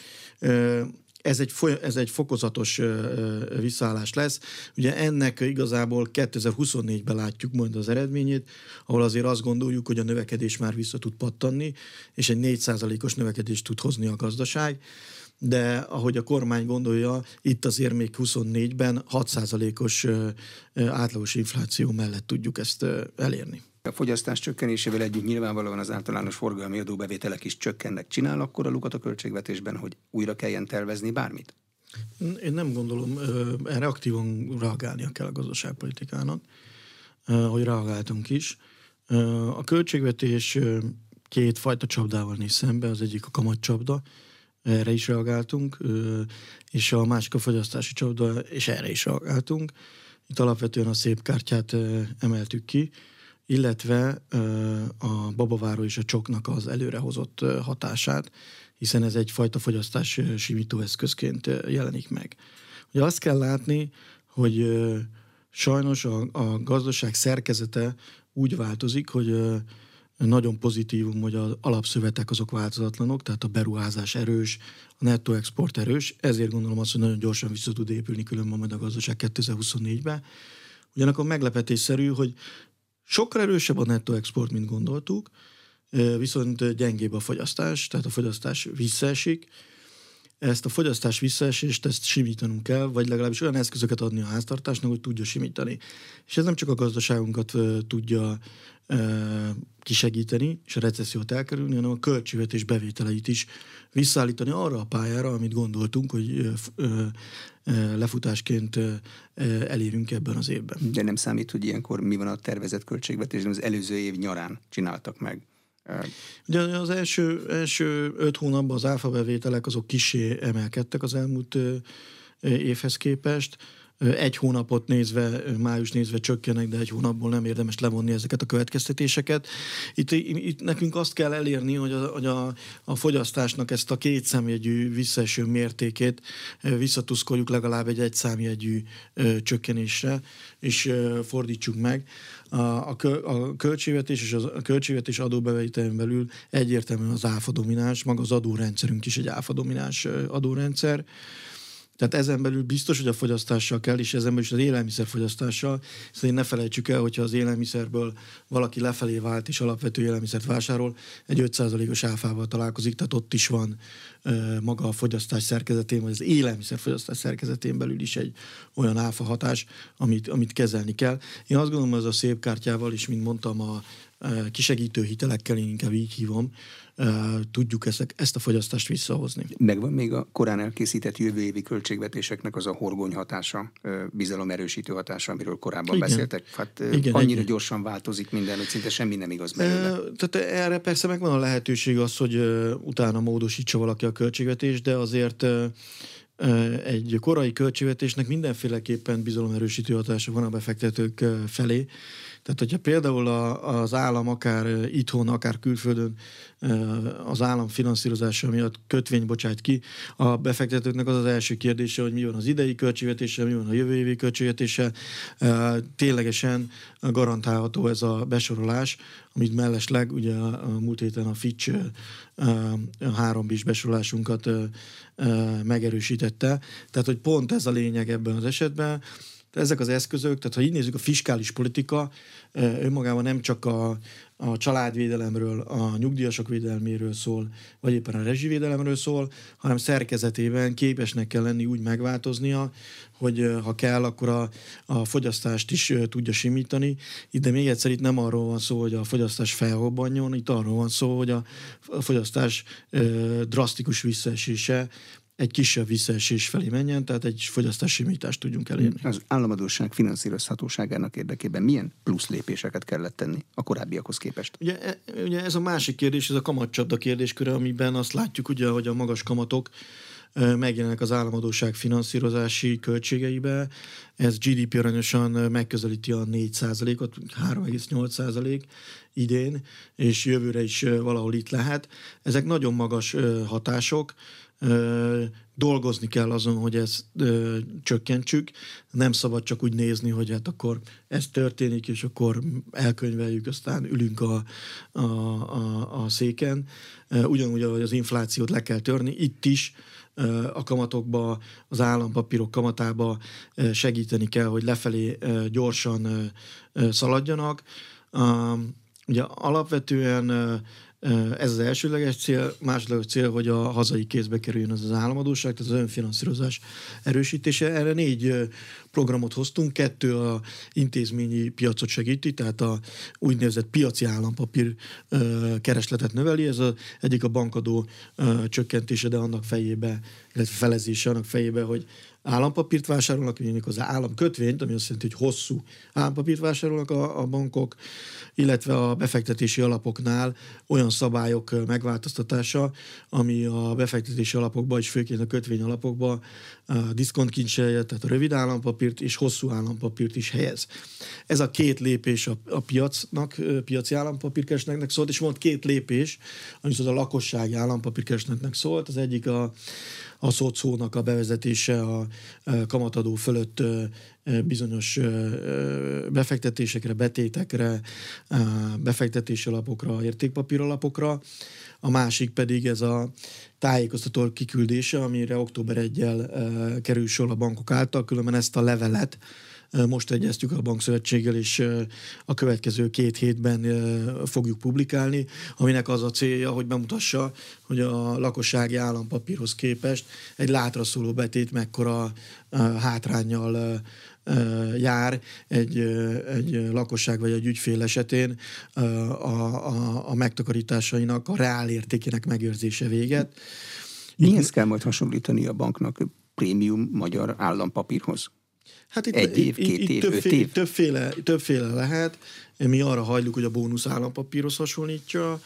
Ez egy, ez egy fokozatos visszaállás lesz. Ugye ennek igazából kétezer-huszonnégyben látjuk majd az eredményét, ahol azért azt gondoljuk, hogy a növekedés már vissza tud pattanni, és egy négy százalékos növekedést tud hozni a gazdaság. De ahogy a kormány gondolja, itt azért még huszonnégyben hat százalékos átlagos infláció mellett tudjuk ezt elérni. A fogyasztás csökkenésével együtt nyilvánvalóan az általános forgalmi adóbevételek is csökkennek. Csinál akkor a lukat a költségvetésben, hogy újra kelljen tervezni bármit? Én nem gondolom, erre aktívan reagálnia kell a gazdaságpolitikának, hogy reagáltunk is. A költségvetés két fajta csapdával néz szembe, az egyik a kamatcsapda, erre is reagáltunk, és a másik a fogyasztási csapda, és erre is reagáltunk. Itt alapvetően a szépkártyát emeltük ki, illetve a babaváró és a csoknak az előrehozott hatását, hiszen ez egyfajta fogyasztás simító eszközként jelenik meg. Ugye azt kell látni, hogy sajnos a, a gazdaság szerkezete úgy változik, hogy nagyon pozitívum, hogy az alapszövetek azok változatlanok, tehát a beruházás erős, a nettó export erős, ezért gondolom azt, hogy nagyon gyorsan vissza tud épülni különben majd a gazdaság kétezer-huszonnégyben. Ugyanakkor meglepetésszerű, hogy sokkal erősebb a nettó export, mint gondoltuk, viszont gyengébb a fogyasztás, tehát a fogyasztás visszaesik. Ezt a fogyasztás visszaesést, ezt simítanunk kell, vagy legalábbis olyan eszközöket adni a háztartásnak, hogy tudja simítani. És ez nem csak a gazdaságunkat tudja kisegíteni, és a recessziót elkerülni, hanem a költségvetés bevételeit is visszaállítani arra a pályára, amit gondoltunk, hogy lefutásként elérünk ebben az évben. De nem számít, hogy ilyenkor mi van a tervezett költségvetésben, az előző év nyarán csináltak meg. Ugye az első, első öt hónapban az áfa bevételek azok kissé emelkedtek az elmúlt évhez képest. Egy hónapot nézve, május nézve csökkenek, de egy hónapból nem érdemes levonni ezeket a következtetéseket. Itt, itt nekünk azt kell elérni, hogy a, hogy a, a fogyasztásnak ezt a kétszámjegyű visszaeső mértékét visszatuszkoljuk legalább egy egyszámjegyű csökkenésre, és fordítsuk meg. A, a, a költségvetés és a költségvetés adóbevételen belül egyértelműen az áfa domináns, maga az adórendszerünk is egy áfa domináns adórendszer. Tehát ezen belül biztos, hogy a fogyasztással kell, és ezen belül is az élelmiszerfogyasztással. Szóval ne felejtsük el, hogyha az élelmiszerből valaki lefelé vált és alapvető élelmiszert vásárol, egy öt százalékos áfával találkozik, tehát ott is van e, maga a fogyasztás szerkezetén, vagy az élelmiszerfogyasztás szerkezetén belül is egy olyan áfa hatás, amit, amit kezelni kell. Én azt gondolom, hogy ez a szépkártyával is, mint mondtam, a kisegítő hitelekkel, én inkább így hívom, tudjuk ezt, ezt a fogyasztást visszahozni. Megvan még a korán elkészített jövő évi költségvetéseknek az a horgony hatása, bizalomerősítő hatása, amiről korábban igen. beszéltek. Hát igen, annyira igen. gyorsan változik minden, hogy szinte semmi nem igaz belőle. Tehát erre persze megvan a lehetőség az, hogy utána módosítsa valaki a költségvetést, de azért egy korai költségvetésnek mindenféleképpen bizalomerősítő hatása van a befektetők felé. Tehát, hogyha például a, az állam akár itthon, akár külföldön az állam finanszírozása miatt kötvény bocsát ki, a befektetőknek az az első kérdése, hogy mi van az idei költségvetése, mi van a jövő évi költségvetése. Ténylegesen garantálható ez a besorolás, amit mellesleg ugye a múlt héten a Fitch a három bis besorolásunkat megerősítette. Tehát, hogy pont ez a lényeg ebben az esetben. Ezek az eszközök, tehát ha így nézzük, a fiskális politika önmagában nem csak a, a családvédelemről, a nyugdíjasok védelméről szól, vagy éppen a rezsivédelemről szól, hanem szerkezetében képesnek kell lenni úgy megváltoznia, hogy ha kell, akkor a, a fogyasztást is tudja simítani. De még egyszer itt nem arról van szó, hogy a fogyasztás felrobbanjon, itt arról van szó, hogy a fogyasztás drasztikus visszaesése egy kisebb visszaesés felé menjen, tehát egy fogyasztássimítást tudjunk elérni. Az államadósság finanszírozhatóságának érdekében milyen plusz lépéseket kellett tenni a korábbiakhoz képest? Ugye, ugye ez a másik kérdés, ez a kamatcsapda kérdésköre, amiben azt látjuk, ugye, hogy a magas kamatok megjelennek az államadósság finanszírozási költségeibe. Ez gé dé pé arányosan megközelíti a négy százalékot, három egész nyolc százalék idén, és jövőre is valahol itt lehet. Ezek nagyon magas hatások, dolgozni kell azon, hogy ezt ö, csökkentsük. Nem szabad csak úgy nézni, hogy hát akkor ez történik, és akkor elkönyveljük, aztán ülünk a, a, a, a széken. Ugyanúgy, ahogy az inflációt le kell törni, itt is a kamatokba, az állampapírok kamatába segíteni kell, hogy lefelé gyorsan szaladjanak. Ugye alapvetően ez az elsődleges cél, másodlagos cél, hogy a hazai kézbe kerüljön az az államadósság, tehát az önfinanszírozás erősítése. Erre négy programot hoztunk, kettő a intézményi piacot segíti, tehát a úgynevezett piaci állampapír keresletet növeli, ez az egyik a bankadó csökkentése, de annak fejébe, illetve felezése annak fejébe, hogy állampapírt vásárolnak, az államkötvényt, ami azt jelenti, hogy hosszú állampapírt vásárolnak a, a bankok, illetve a befektetési alapoknál olyan szabályok megváltoztatása, ami a befektetési alapokba és főként a kötvény alapokba a diszkontkincselje, tehát a rövid állampapírt és hosszú állampapírt is helyez. Ez a két lépés a, a piacnak, piaci állampapírkeresletnek szólt, és volt két lépés, ami szóval a lakossági állampapírkeresletnek szólt. Az egyik a a szocónak a bevezetése a kamatadó fölött bizonyos befektetésekre, betétekre, befektetési alapokra, értékpapír alapokra. A másik pedig ez a tájékoztató kiküldése, amire október elsejével kerül sor a bankok által, különben ezt a levelet most egyeztük a bankszövetséggel, és a következő két hétben fogjuk publikálni, aminek az a célja, hogy bemutassa, hogy a lakossági állampapírhoz képest egy látra szóló betét mekkora hátránnyal jár egy, egy lakosság vagy egy ügyfél esetén a, a, a megtakarításainak, a reál értékének megőrzése véget. Mihez kell majd hasonlítani a banknak prémium magyar állampapírhoz? Hát itt, Egy év, két itt, év, itt öt többféle, év? Többféle, többféle lehet. Mi arra hajlunk, hogy a bónusz állampapírhoz hasonlítja.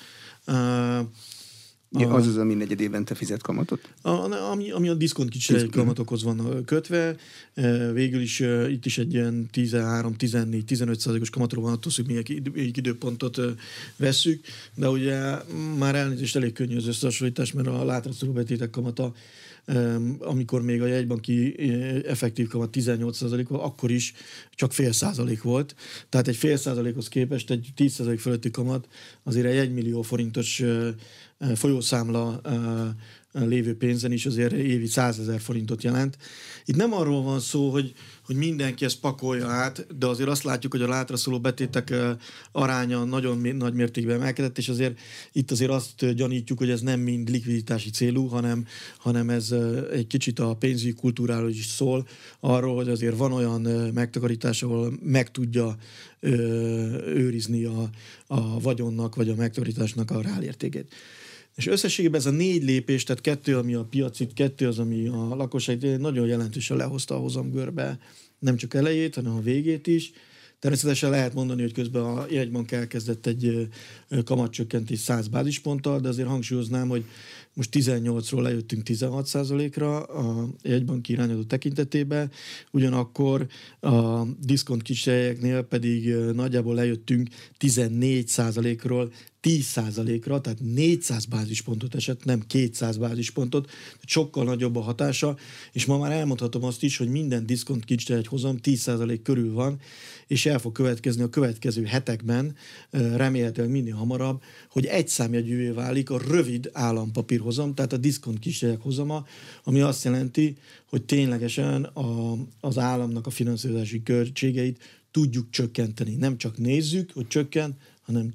Ja, az az, ami negyed évente fizet kamatot? A, ami, ami a diszkontkicserei kamatokhoz van kötve. Végül is itt is egy ilyen tizenhárom, tizennégy, tizenöt százalékos kamatról van, attól, hogy milyen időpontot vesszük, de ugye már elnézést elég könnyű az összehasonlítás, mert a látraszoló betétek kamata, amikor még a jegybanki effektív kamat tizennyolc százalék volt, akkor is csak fél százalék volt. Tehát egy fél százalékhoz képest egy tíz százalék fölötti kamat azért egy egymillió forintos folyószámla lévő pénzen is azért évi százezer forintot jelent. Itt nem arról van szó, hogy, hogy mindenki ezt pakolja át, de azért azt látjuk, hogy a látraszóló betétek aránya nagyon nagy mértékben emelkedett, és azért itt azért azt gyanítjuk, hogy ez nem mind likviditási célú, hanem, hanem ez egy kicsit a pénzügyi kultúráról is szól, arról, hogy azért van olyan megtakarítás, ahol meg tudja őrizni a, a vagyonnak, vagy a megtakarításnak a reálértékét. És összességében ez a négy lépés, tehát kettő, ami a piacit, kettő az, ami a lakosság nagyon jelentősen lehozta a hozamgörbe, nem csak elejét, hanem a végét is. Természetesen lehet mondani, hogy közben a jegybank elkezdett egy kamatcsökkentés száz bázisponttal, de azért hangsúlyoznám, hogy most tizennyolcról lejöttünk tizenhat százalékra a jegybanki irányadó tekintetében, ugyanakkor a diszkont kicsinyeknél pedig nagyjából lejöttünk tizennégy százalékról tíz százalékra, tehát négyszáz bázispontot esett, nem kétszáz bázispontot, sokkal nagyobb a hatása, és ma már elmondhatom azt is, hogy minden diszkont kicsinyek hozam tíz százalék körül van, és el fog következni a következő hetekben, remélhetőleg minél hamarabb, hogy egyszámjegyűvé válik a rövid állampapírhozam, tehát a diszkont kicsinyek hozama, ami azt jelenti, hogy ténylegesen a, az államnak a finanszírozási költségeit tudjuk csökkenteni. Nem csak nézzük, hogy csökken, hanem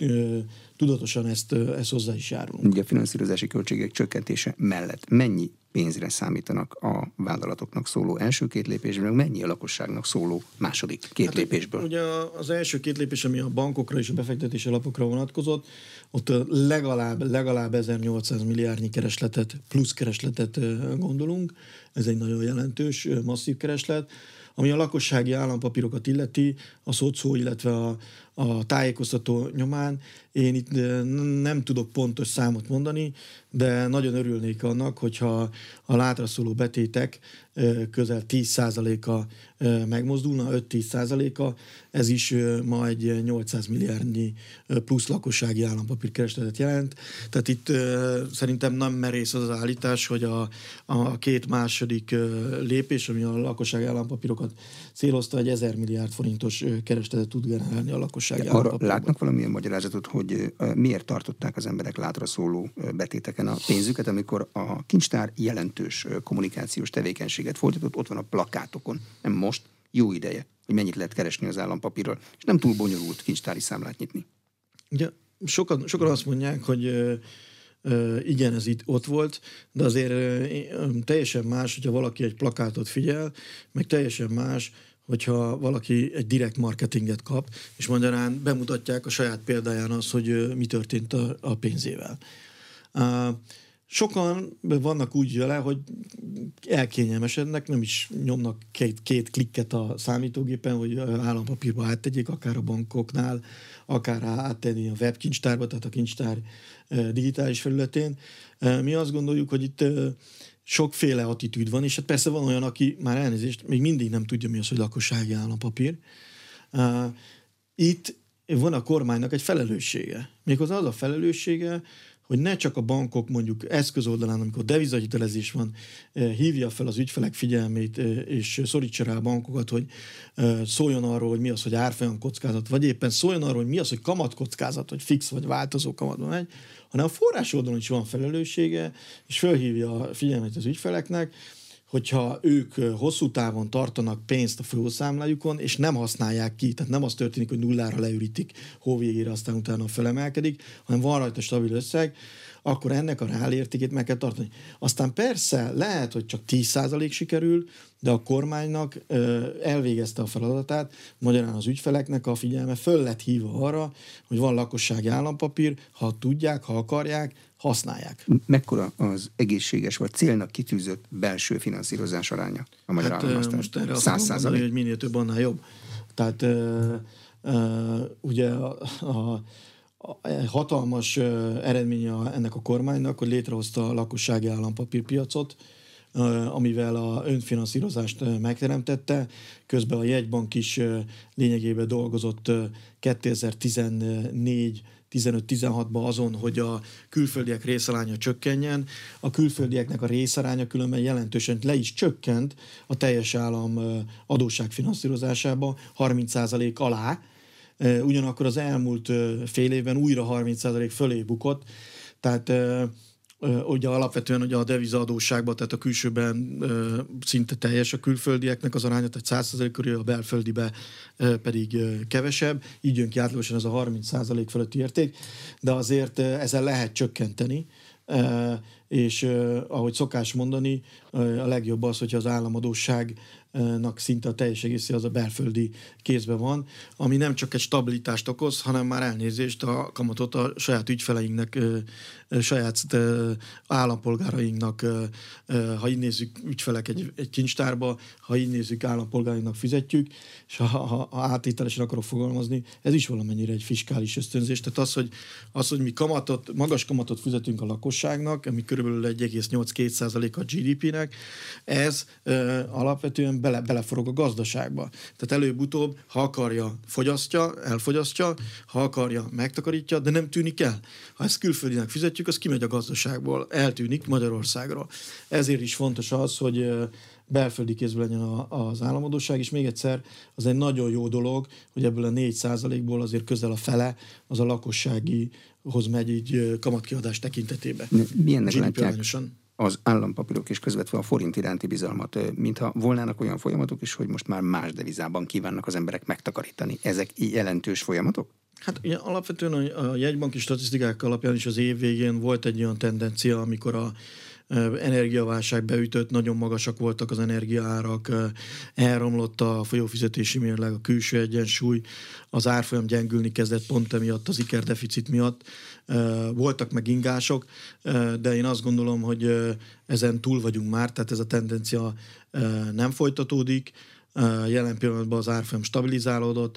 tudatosan ezt, ezt hozzá is járulunk. Ugye a finanszírozási költségek csökkentése mellett mennyi pénzre számítanak a vállalatoknak szóló első két lépésből, mennyi a lakosságnak szóló második két hát, lépésből? Ugye az első két lépés, ami a bankokra és a befektetési alapokra vonatkozott, ott legalább, legalább ezernyolcszáz milliárdnyi keresletet, plusz keresletet gondolunk. Ez egy nagyon jelentős, masszív kereslet. Ami a lakossági állampapírokat illeti, a szocó, illetve a, a tájékoztató nyomán, én itt nem tudok pontos számot mondani, de nagyon örülnék annak, hogyha a látra szóló betétek közel tíz százaléka megmozdulna, öt-tíz százaléka, ez is ma egy nyolcszáz milliárdnyi plusz lakossági állampapírkeresletet jelent. Tehát itt szerintem nem merész az az állítás, hogy a, a két második lépés, ami a lakossági állampapírokat célozta, egy ezer milliárd forintos keresletet tud generálni a lakossági állampapírokban. Látnak valamilyen magyarázatot, hogy miért tartották az emberek látra szóló betéteken a pénzüket, amikor a kincstár jelentős kommunikációs tevékenységet folytatott, ott van a plakátokon, nem most, jó ideje, hogy mennyit lehet keresni az állampapírral, és nem túl bonyolult kincstári számlát nyitni. Ugye, sokan, sokan azt mondják, hogy ö, ö, igen, ez itt ott volt, de azért ö, teljesen más, hogyha valaki egy plakátot figyel, meg teljesen más, hogyha valaki egy direkt marketinget kap, és magyarán bemutatják a saját példáján azt, hogy mi történt a, a pénzével. Sokan vannak úgy vele, hogy elkényelmesednek, nem is nyomnak két, két klikket a számítógépen, hogy állampapírba áttegyék, akár a bankoknál, akár áttenni a webkincstárba, tehát a kincstár digitális felületén. Mi azt gondoljuk, hogy itt sokféle attitűd van, és hát persze van olyan, aki már elnézést, még mindig nem tudja, mi az, hogy lakossági állampapír. Itt van a kormánynak egy felelőssége. Méghozzá az a felelőssége, hogy ne csak a bankok mondjuk eszközoldalán, amikor devizahitelezés van, hívja fel az ügyfelek figyelmét, és szorítsa rá a bankokat, hogy szóljon arról, hogy mi az, hogy árfolyam kockázat, vagy éppen szóljon arról, hogy mi az, hogy kamatkockázat, hogy fix vagy változó kamatban megy, hanem a forrás oldalon is van felelőssége, és felhívja a figyelmet az ügyfeleknek, hogyha ők hosszú távon tartanak pénzt a folyószámlájukon, és nem használják ki, tehát nem az történik, hogy nullára leürítik hóvégére, aztán utána felemelkedik, hanem van rajta stabil összeg, akkor ennek a reálértékét meg kell tartani. Aztán persze lehet, hogy csak tíz százalék sikerül, de a kormánynak elvégezte a feladatát, magyarán az ügyfeleknek a figyelme föl lett hívva arra, hogy van lakossági állampapír, ha tudják, ha akarják, használják. Mekkora az egészséges vagy célnak kitűzött belső finanszírozás aránya a magyar hát, állam? Most erre azt mondani, hogy minél több, annál jobb. Tehát uh, uh, ugye a, a hatalmas eredménye ennek a kormánynak, hogy létrehozta a lakossági állampapírpiacot, amivel a önfinanszírozást megteremtette. Közben a jegybank is lényegében dolgozott kétezer-tizennégy tizenöt-tizenhatban azon, hogy a külföldiek részaránya csökkenjen. A külföldieknek a részaránya különben jelentősen le is csökkent a teljes állam adósság finanszírozásába harminc százalék alá. Ugyanakkor az elmúlt fél évben újra harminc százalék fölé bukott, tehát ugye alapvetően ugye a devizaadósságban, tehát a külsőben szinte teljes a külföldieknek az aránya, tehát száz százalék körül, a belföldibe pedig kevesebb, így jön ki átlagosan ez a harminc százalék fölötti érték, de azért ezzel lehet csökkenteni, és ahogy szokás mondani, a legjobb az, hogyha az államadósság szinte a teljes egészé az a belföldi kézben van, ami nem csak egy stabilitást okoz, hanem már elnézést a kamatot a saját ügyfeleinknek, saját állampolgárainknak, ha így nézzük, ügyfelek egy, egy kincstárba, ha így nézzük, állampolgárainknak fizetjük, és ha, ha, ha átételesen akarok fogalmazni, ez is valamennyire egy fiskális ösztönzés. Tehát az, hogy, az, hogy mi kamatot, magas kamatot fizetünk a lakosságnak, ami körülbelül egy egész nyolc-két százalék a gé dé pének, ez ö, alapvetően bele, beleforog a gazdaságba. Tehát előbb-utóbb, ha akarja, fogyasztja, elfogyasztja, ha akarja, megtakarítja, de nem tűnik el. Ha ezt külföldinek fizetjük, az kimegy a gazdaságból, eltűnik Magyarországról. Ezért is fontos az, hogy belföldi kézből legyen az államadósság, és még egyszer, az egy nagyon jó dolog, hogy ebből a négy százalékból azért közel a fele az a lakosságihoz megy így kamatkiadás tekintetében. Milyennek látják az állampapírok és közvetve a forint iránti bizalmat, mintha volnának olyan folyamatok is, hogy most már más devizában kívánnak az emberek megtakarítani. Ezek jelentős folyamatok? Hát ugye, alapvetően a jegybanki statisztikák alapján is az év végén volt egy olyan tendencia, amikor a energiaválság beütött, nagyon magasak voltak az energiaárak, elromlott a folyófizetési mérleg, a külső egyensúly, az árfolyam gyengülni kezdett pont emiatt, az ikerdeficit miatt. Voltak meg ingások, de én azt gondolom, hogy ezen túl vagyunk már, tehát ez a tendencia nem folytatódik. Jelen pillanatban az árfolyam stabilizálódott,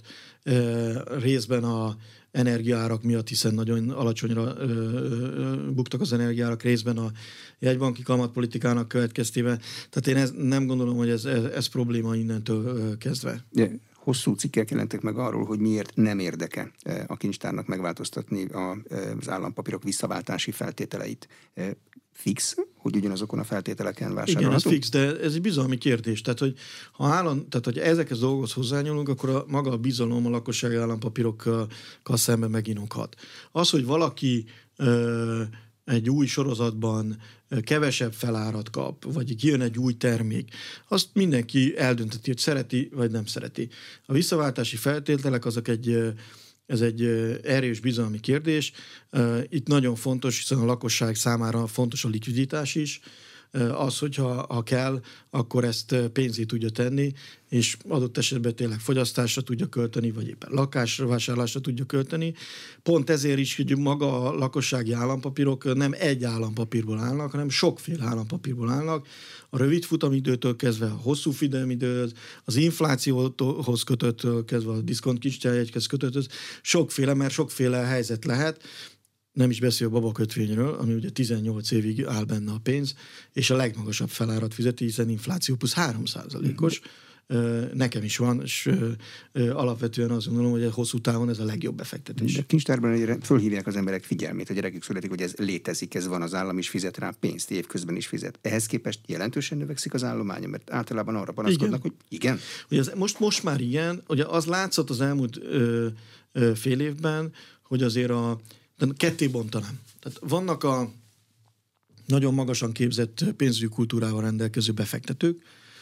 részben a energiaárak miatt, hiszen nagyon alacsonyra ö, ö, buktak az energiaárak, részben a jegybanki kamatpolitikának következtében. Tehát én ez, nem gondolom, hogy ez, ez, ez probléma innentől kezdve. De hosszú cikkek jelentek meg arról, hogy miért nem érdeke a kincstárnak megváltoztatni az állampapírok visszaváltási feltételeit. Fix, hogy ugyanazokon a feltételeken vásárolhatunk? Igen, ez fix, de ez egy bizalmi kérdés. Tehát, hogy ha állam, tehát, hogy ezekhez dolgokhoz hozzányúlunk, akkor a, maga a bizalom a lakossági állampapírokkal szemben meginokhat. Az, hogy valaki ö, egy új sorozatban kevesebb felárat kap, vagy kijön egy új termék, azt mindenki eldönteti, hogy szereti, vagy nem szereti. A visszaváltási feltételek azok egy Ez egy erős bizalmi kérdés. Itt nagyon fontos, hiszen a lakosság számára fontos a likviditás is. Az, hogyha ha kell, akkor ezt pénzé tudja tenni, és adott esetben tényleg fogyasztásra tudja költeni, vagy éppen lakásra, vásárlásra tudja költeni. Pont ezért is, hogy maga a lakossági állampapírok nem egy állampapírból állnak, hanem sokféle állampapírból állnak. A rövid futamidőtől kezdve a hosszú futamidőhöz, az inflációhoz kötött, kezdve a diszkont kincstárjegyhez kötött, sokféle, mert sokféle helyzet lehet. Nem is beszél a babakötvényről, ami ugye tizennyolc évig áll benne a pénz, és a legmagasabb felárat fizeti, hiszen infláció plusz három százalékos. Nekem is van, és alapvetően azt gondolom, hogy hosszú távon ez a legjobb befektetés. De kincstárban fölhívják az emberek figyelmét, a gyerekük születik, hogy ez létezik, ez van, az állam is fizet rá pénzt, évközben is fizet. Ehhez képest jelentősen növekszik az állománya, mert általában arra panaszkodnak, hogy igen. Ugye ez most, most már igen, ugye az látszott az elmúlt ö, ö, fél évben, hogy azért a de ketté bontanám. Tehát vannak a nagyon magasan képzett pénzügyi kultúrával rendelkező befektetők,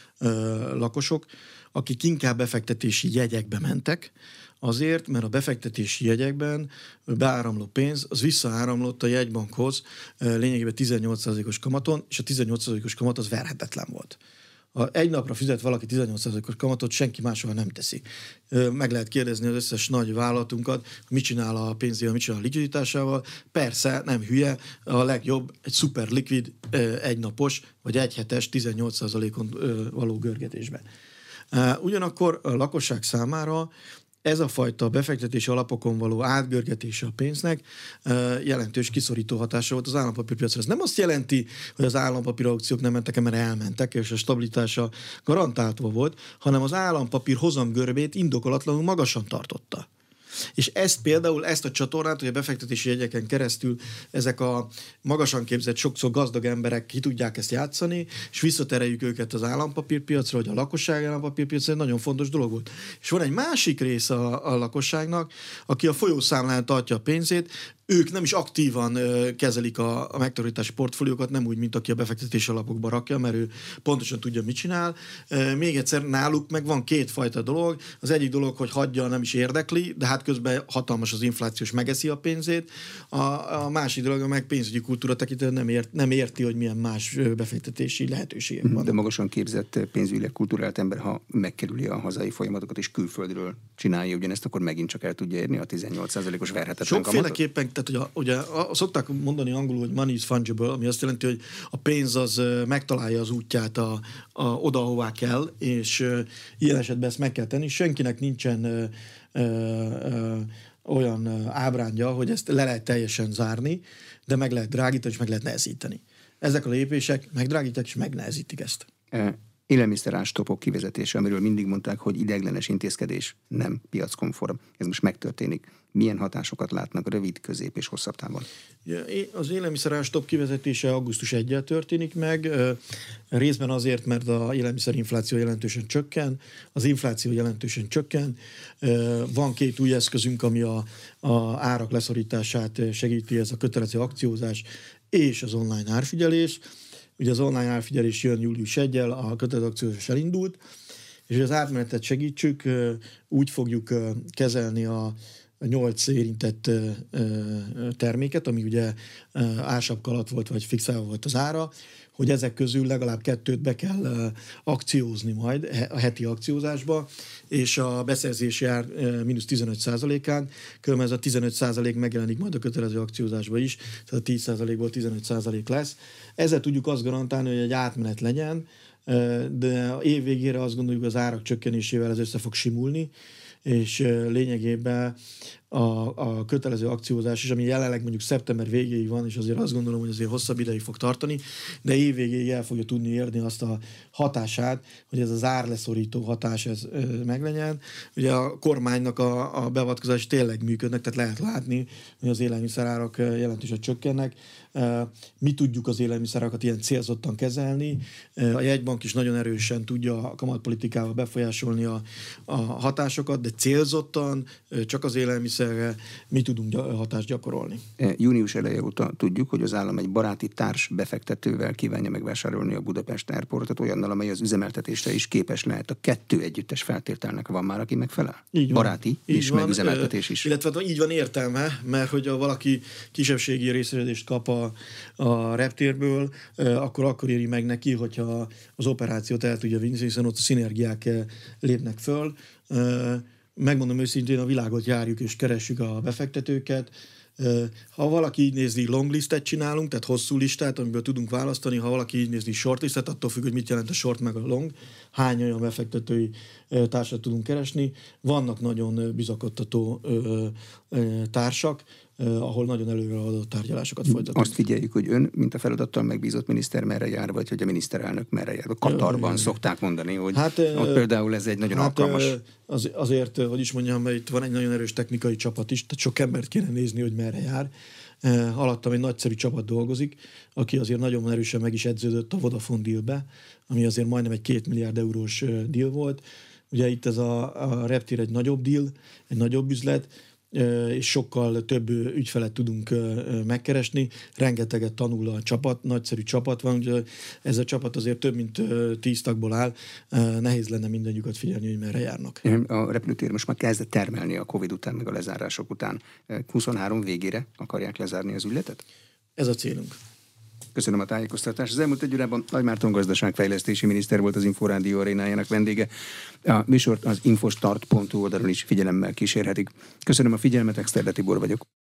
lakosok, akik inkább befektetési jegyekbe mentek, azért, mert a befektetési jegyekben beáramló pénz, az visszaáramlott a jegybankhoz lényegében tizennyolc százalékos kamaton, és a tizennyolc százalékos kamat az verhetetlen volt. Ha egy napra fizet valaki tizennyolc százalékos kamatot, senki máshol nem teszi. Meg lehet kérdezni az összes nagy vállalatunkat, mit csinál a pénzével, mit csinál a likviditásával. Persze, nem hülye, a legjobb egy szuper likvid, egynapos, vagy egyhetes, tizennyolc százalékon való görgetésben. Ugyanakkor a lakosság számára ez a fajta befektetési alapokon való átgörgetése a pénznek jelentős kiszorító hatása volt az állampapírpiacra. Ez nem azt jelenti, hogy az állampapír aukciók nem mentek, mert elmentek, és a stabilitása garantálva volt, hanem az állampapír hozamgörbét indokolatlanul magasan tartotta. És ezt például, ezt a csatornát, hogy a befektetési jegyeken keresztül ezek a magasan képzett, sokszor gazdag emberek ki tudják ezt játszani, és visszatereljük őket az állampapírpiacra, vagy a lakosság állampapírpiacra, egy nagyon fontos dolog volt. És van egy másik része a, a lakosságnak, aki a folyószámlán tartja a pénzét, ők nem is aktívan ö, kezelik a, a megtakarítási portfóliókat, nem úgy, mint aki a befektetési alapokba rakja, mert ő pontosan tudja, mit csinál. E, még egyszer náluk meg van kétfajta dolog. Az egyik dolog, hogy hagyja, nem is érdekli, de hát közben hatalmas az inflációs, megeszi a pénzét. A, a másik dolog, a meg pénzügyi kultúra tekintően nem, ért, nem érti, hogy milyen más befektetési lehetőségek vannak. De magasan képzett pénzügyileg kulturált ember, ha megkerüli a hazai folyamatokat és külföldről csinálja ugyanezt, akkor megint csak el tudja érni a tizennyolc százalékos verhetetlen kamatot? Sokféleképpen, tehát ugye, ugye szokták mondani angolul, hogy money is fungible, ami azt jelenti, hogy a pénz az megtalálja az útját a, a, oda, ahová kell, és uh, ilyen esetben ezt meg kell tenni. Senkinek nincsen uh, uh, olyan uh, ábrándja, hogy ezt le lehet teljesen zárni, de meg lehet drágítani, és meg lehet nehezíteni. Ezek a lépések megdrágítják, és megnehezítik ezt. E- Élelmiszerástopok kivezetése, amiről mindig mondták, hogy ideiglenes intézkedés, nem piackonform. Ez most megtörténik. Milyen hatásokat látnak rövid, közép és hosszabb távon? Az élelmiszerástop kivezetése augusztus elsejétől történik meg, részben azért, mert az élelmiszerinfláció jelentősen csökken, az infláció jelentősen csökken. Van két új eszközünk, ami a, a árak leszorítását segíti, ez a kötelező akciózás és az online árfigyelés. Ugye az online árfigyelés jön július elsejétől, a kötelező akciózás elindult, és az átmenetet segítsük, úgy fogjuk kezelni a nyolc érintett terméket, ami ugye ársapka alatt volt, vagy fixálva volt az ára, hogy ezek közül legalább kettőt be kell akciózni majd a heti akciózásba, és a beszerzési ár mínusz tizenöt százalékán, különben ez a tizenöt százalék megjelenik majd a kötelező akciózásba is, tehát a tíz százalékból tizenöt százalék lesz. Ezzel tudjuk azt garantálni, hogy egy átmenet legyen, de év végére azt gondoljuk, az árak csökkenésével ez össze fog simulni, és lényegében a, a kötelező akciózás is, ami jelenleg mondjuk szeptember végéig van, és azért azt gondolom, hogy azért hosszabb ideig fog tartani, de év végéig el fogja tudni érni azt a hatását, hogy ez az árleszorító hatás ez meglegyen. Ugye a kormánynak a, a beavatkozás tényleg működnek, tehát lehet látni, hogy az élelmiszerárak jelentősen csökkennek. Mi tudjuk az élelmiszerárakat ilyen célzottan kezelni. A jegybank is nagyon erősen tudja a kamatpolitikával befolyásolni a, a hatásokat, de célzottan csak az élelmiszerre mi tudunk hatást gyakorolni. Június eleje óta tudjuk, hogy az állam egy baráti társ befektetővel kívánja megvásárolni a Budapest Airportot, olyannal, amely az üzemeltetésre is képes lehet. A kettő együttes feltételnek van már, aki megfelel? Így van. Baráti így és van. meg üzemeltetés is. Illetve így van értelme, mert hogy ha valaki kisebbségi részesedést kap a, a reptérből, akkor akkor éri meg neki, hogyha az operációt el tudja vinni, hiszen ott a szinergiák lépnek föl. Megmondom őszintén, a világot járjuk és keressük a befektetőket. Ha valaki így nézi, long listet csinálunk, tehát hosszú listát, amiből tudunk választani, ha valaki így nézi, short listet, attól függ, hogy mit jelent a short meg a long, hány olyan befektetői társat tudunk keresni. Vannak nagyon bizakodtató társak, ahol nagyon előre adott tárgyalásokat folytatunk. Azt figyeljük, hogy ön, mint a feladattal megbízott miniszter merre jár, vagy hogy a miniszterelnök merre jár. A Katarban ö, szokták mondani, hogy hát, ott például ez egy nagyon hát, alkalmas... Az, azért, hogy is mondjam, mert itt van egy nagyon erős technikai csapat is, tehát sok embert kéne nézni, hogy merre jár. Alattam egy nagyszerű csapat dolgozik, aki azért nagyon erősen meg is edződött a Vodafone dealbe, ami azért majdnem egy két milliárd eurós deal volt. Ugye itt ez a, a reptér egy nagyobb deal, egy nagyobb üzlet, és sokkal több ügyfelet tudunk megkeresni. Rengeteget tanul a csapat, nagyszerű csapat van, ugye ez a csapat azért több mint tíz tagból áll, nehéz lenne mindannyiukat figyelni, hogy merre járnak. A repülőtér most már kezdett termelni a Covid után, meg a lezárások után. huszonhárom végére akarják lezárni az ügyletet? Ez a célunk. Köszönöm a tájékoztatást. Az elmúlt egy órában Nagy Márton gazdaságfejlesztési miniszter volt az Inforádió arénájának vendége. A műsort az infostart pont hu oldalon is figyelemmel kísérhetik. Köszönöm a figyelmet, Exterde Tibor vagyok.